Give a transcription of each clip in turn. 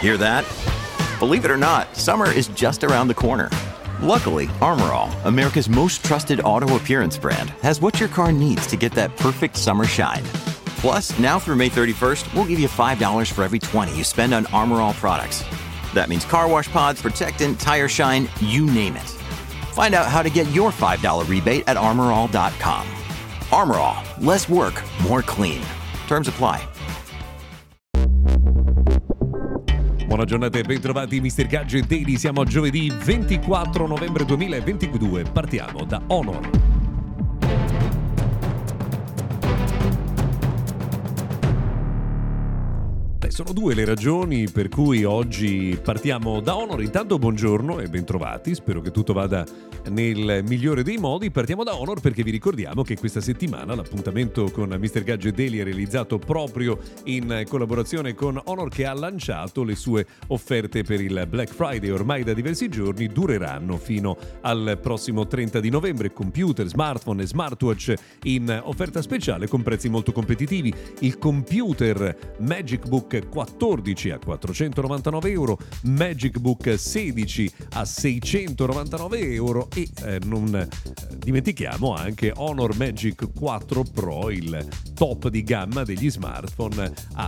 Hear that? Believe it or not, summer is just around the corner. Luckily, Armor All, America's most trusted auto appearance brand, has what your car needs to get that perfect summer shine. Plus, now through May 31st, we'll give you $5 for every $20 you spend on Armor All products. That means car wash pods, protectant, tire shine, you name it. Find out how to get your $5 rebate at armorall.com. Armor All, less work, more clean. Terms apply. Buona giornata e ben trovati Mr. Gadget Daily. Siamo a giovedì 24 novembre 2022. Partiamo da Honor. Sono due le ragioni per cui oggi partiamo da Honor. Intanto buongiorno e bentrovati, spero che tutto vada nel migliore dei modi. Partiamo da Honor perché vi ricordiamo che questa settimana l'appuntamento con Mr. Gadget Daily è realizzato proprio in collaborazione con Honor, che ha lanciato le sue offerte per il Black Friday. Ormai da diversi giorni dureranno fino al prossimo 30 di novembre. Computer, smartphone e smartwatch in offerta speciale con prezzi molto competitivi. Il computer Magic Book 14 a 499 euro, Magic Book 16 a 699 euro e non dimentichiamo anche Honor Magic 4 Pro, il top di gamma degli smartphone, a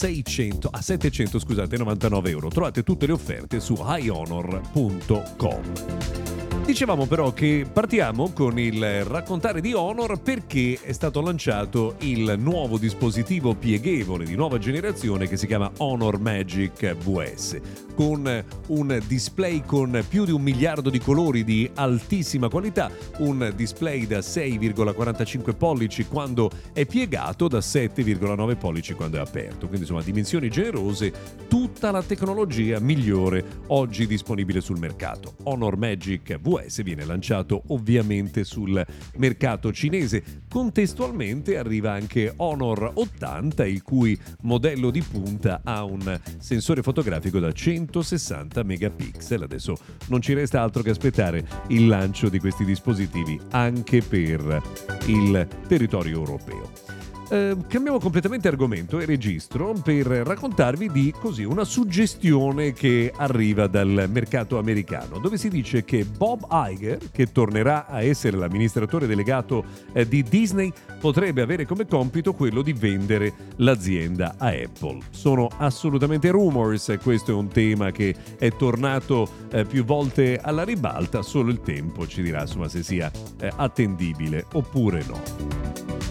799 euro. Trovate tutte le offerte su highhonor.com. Dicevamo però che partiamo con il raccontare di Honor perché è stato lanciato il nuovo dispositivo pieghevole di nuova generazione che si chiama Honor Magic VS, con un display con più di 1 miliardo di colori di altissima qualità, un display da 6,45 pollici quando è piegato, da 7,9 pollici quando è aperto, quindi insomma dimensioni generose, tutta la tecnologia migliore oggi disponibile sul mercato. Honor Magic VS viene lanciato ovviamente sul mercato cinese. Contestualmente arriva anche Honor 80, il cui modello di punta ha un sensore fotografico da 160 megapixel. Adesso non ci resta altro che aspettare il lancio di questi dispositivi anche per il territorio europeo. Cambiamo completamente argomento e registro per raccontarvi di una suggestione che arriva dal mercato americano, dove si dice che Bob Iger, che tornerà a essere l'amministratore delegato di Disney, potrebbe avere come compito quello di vendere l'azienda a Apple. Sono assolutamente rumors, questo è un tema che è tornato più volte alla ribalta, solo il tempo ci dirà se sia attendibile oppure no.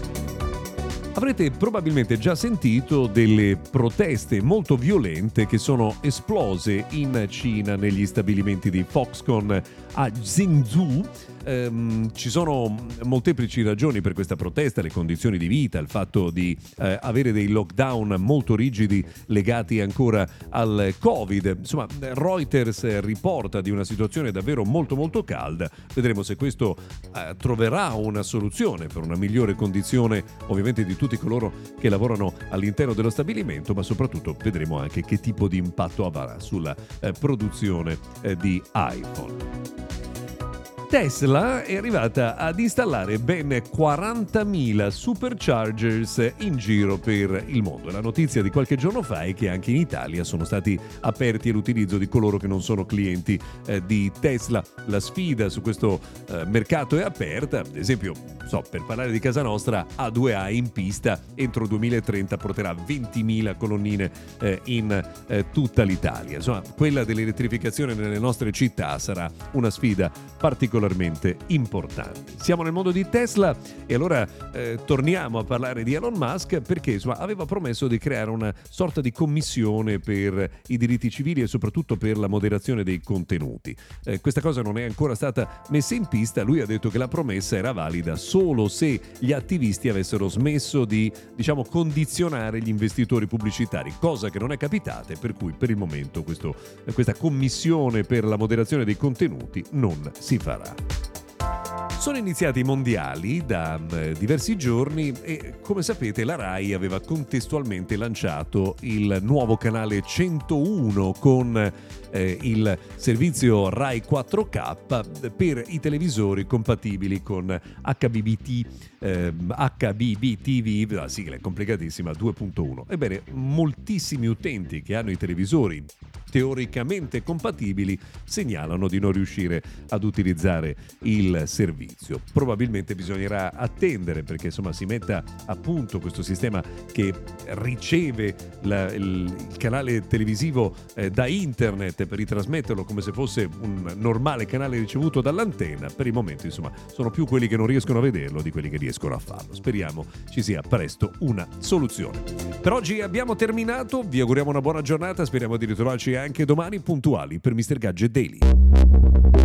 Avrete probabilmente già sentito delle proteste molto violente che sono esplose in Cina negli stabilimenti di Foxconn a Hsinchu. Ci sono molteplici ragioni per questa protesta: le condizioni di vita, il fatto di avere dei lockdown molto rigidi legati ancora al Covid. Insomma, Reuters riporta di una situazione davvero molto molto calda. Vedremo se questo troverà una soluzione per una migliore condizione ovviamente di tutti coloro che lavorano all'interno dello stabilimento, ma soprattutto vedremo anche che tipo di impatto avrà sulla produzione di iPhone. Tesla è arrivata ad installare ben 40.000 superchargers in giro per il mondo. La notizia di qualche giorno fa è che anche in Italia sono stati aperti all'utilizzo di coloro che non sono clienti di Tesla. La sfida su questo mercato è aperta. Ad esempio, per parlare di casa nostra, A2A in pista entro 2030 porterà 20.000 colonnine in tutta l'Italia. Insomma, quella dell'elettrificazione nelle nostre città sarà una sfida particolarmente importante. Siamo nel mondo di Tesla e allora torniamo a parlare di Elon Musk perché aveva promesso di creare una sorta di commissione per i diritti civili e soprattutto per la moderazione dei contenuti. Questa cosa non è ancora stata messa in pista. Lui ha detto che la promessa era valida solo se gli attivisti avessero smesso di, condizionare gli investitori pubblicitari, cosa che non è capitata, per cui per il momento questa commissione per la moderazione dei contenuti non si farà. Sono iniziati i mondiali da diversi giorni e, come sapete, la Rai aveva contestualmente lanciato il nuovo canale 101 con il servizio Rai 4K per i televisori compatibili con HBB-TV, la sigla è complicatissima, 2.1. Ebbene, moltissimi utenti che hanno i televisori teoricamente compatibili segnalano di non riuscire ad utilizzare il servizio. Probabilmente bisognerà attendere perché insomma si metta a punto questo sistema che riceve il canale televisivo da internet per ritrasmetterlo come se fosse un normale canale ricevuto dall'antenna. Per il momento insomma sono più quelli che non riescono a vederlo di quelli che riescono a farlo. Speriamo ci sia presto una soluzione. Per oggi abbiamo terminato, vi auguriamo una buona giornata, speriamo di ritrovarci anche domani puntuali per Mr. Gadget Daily.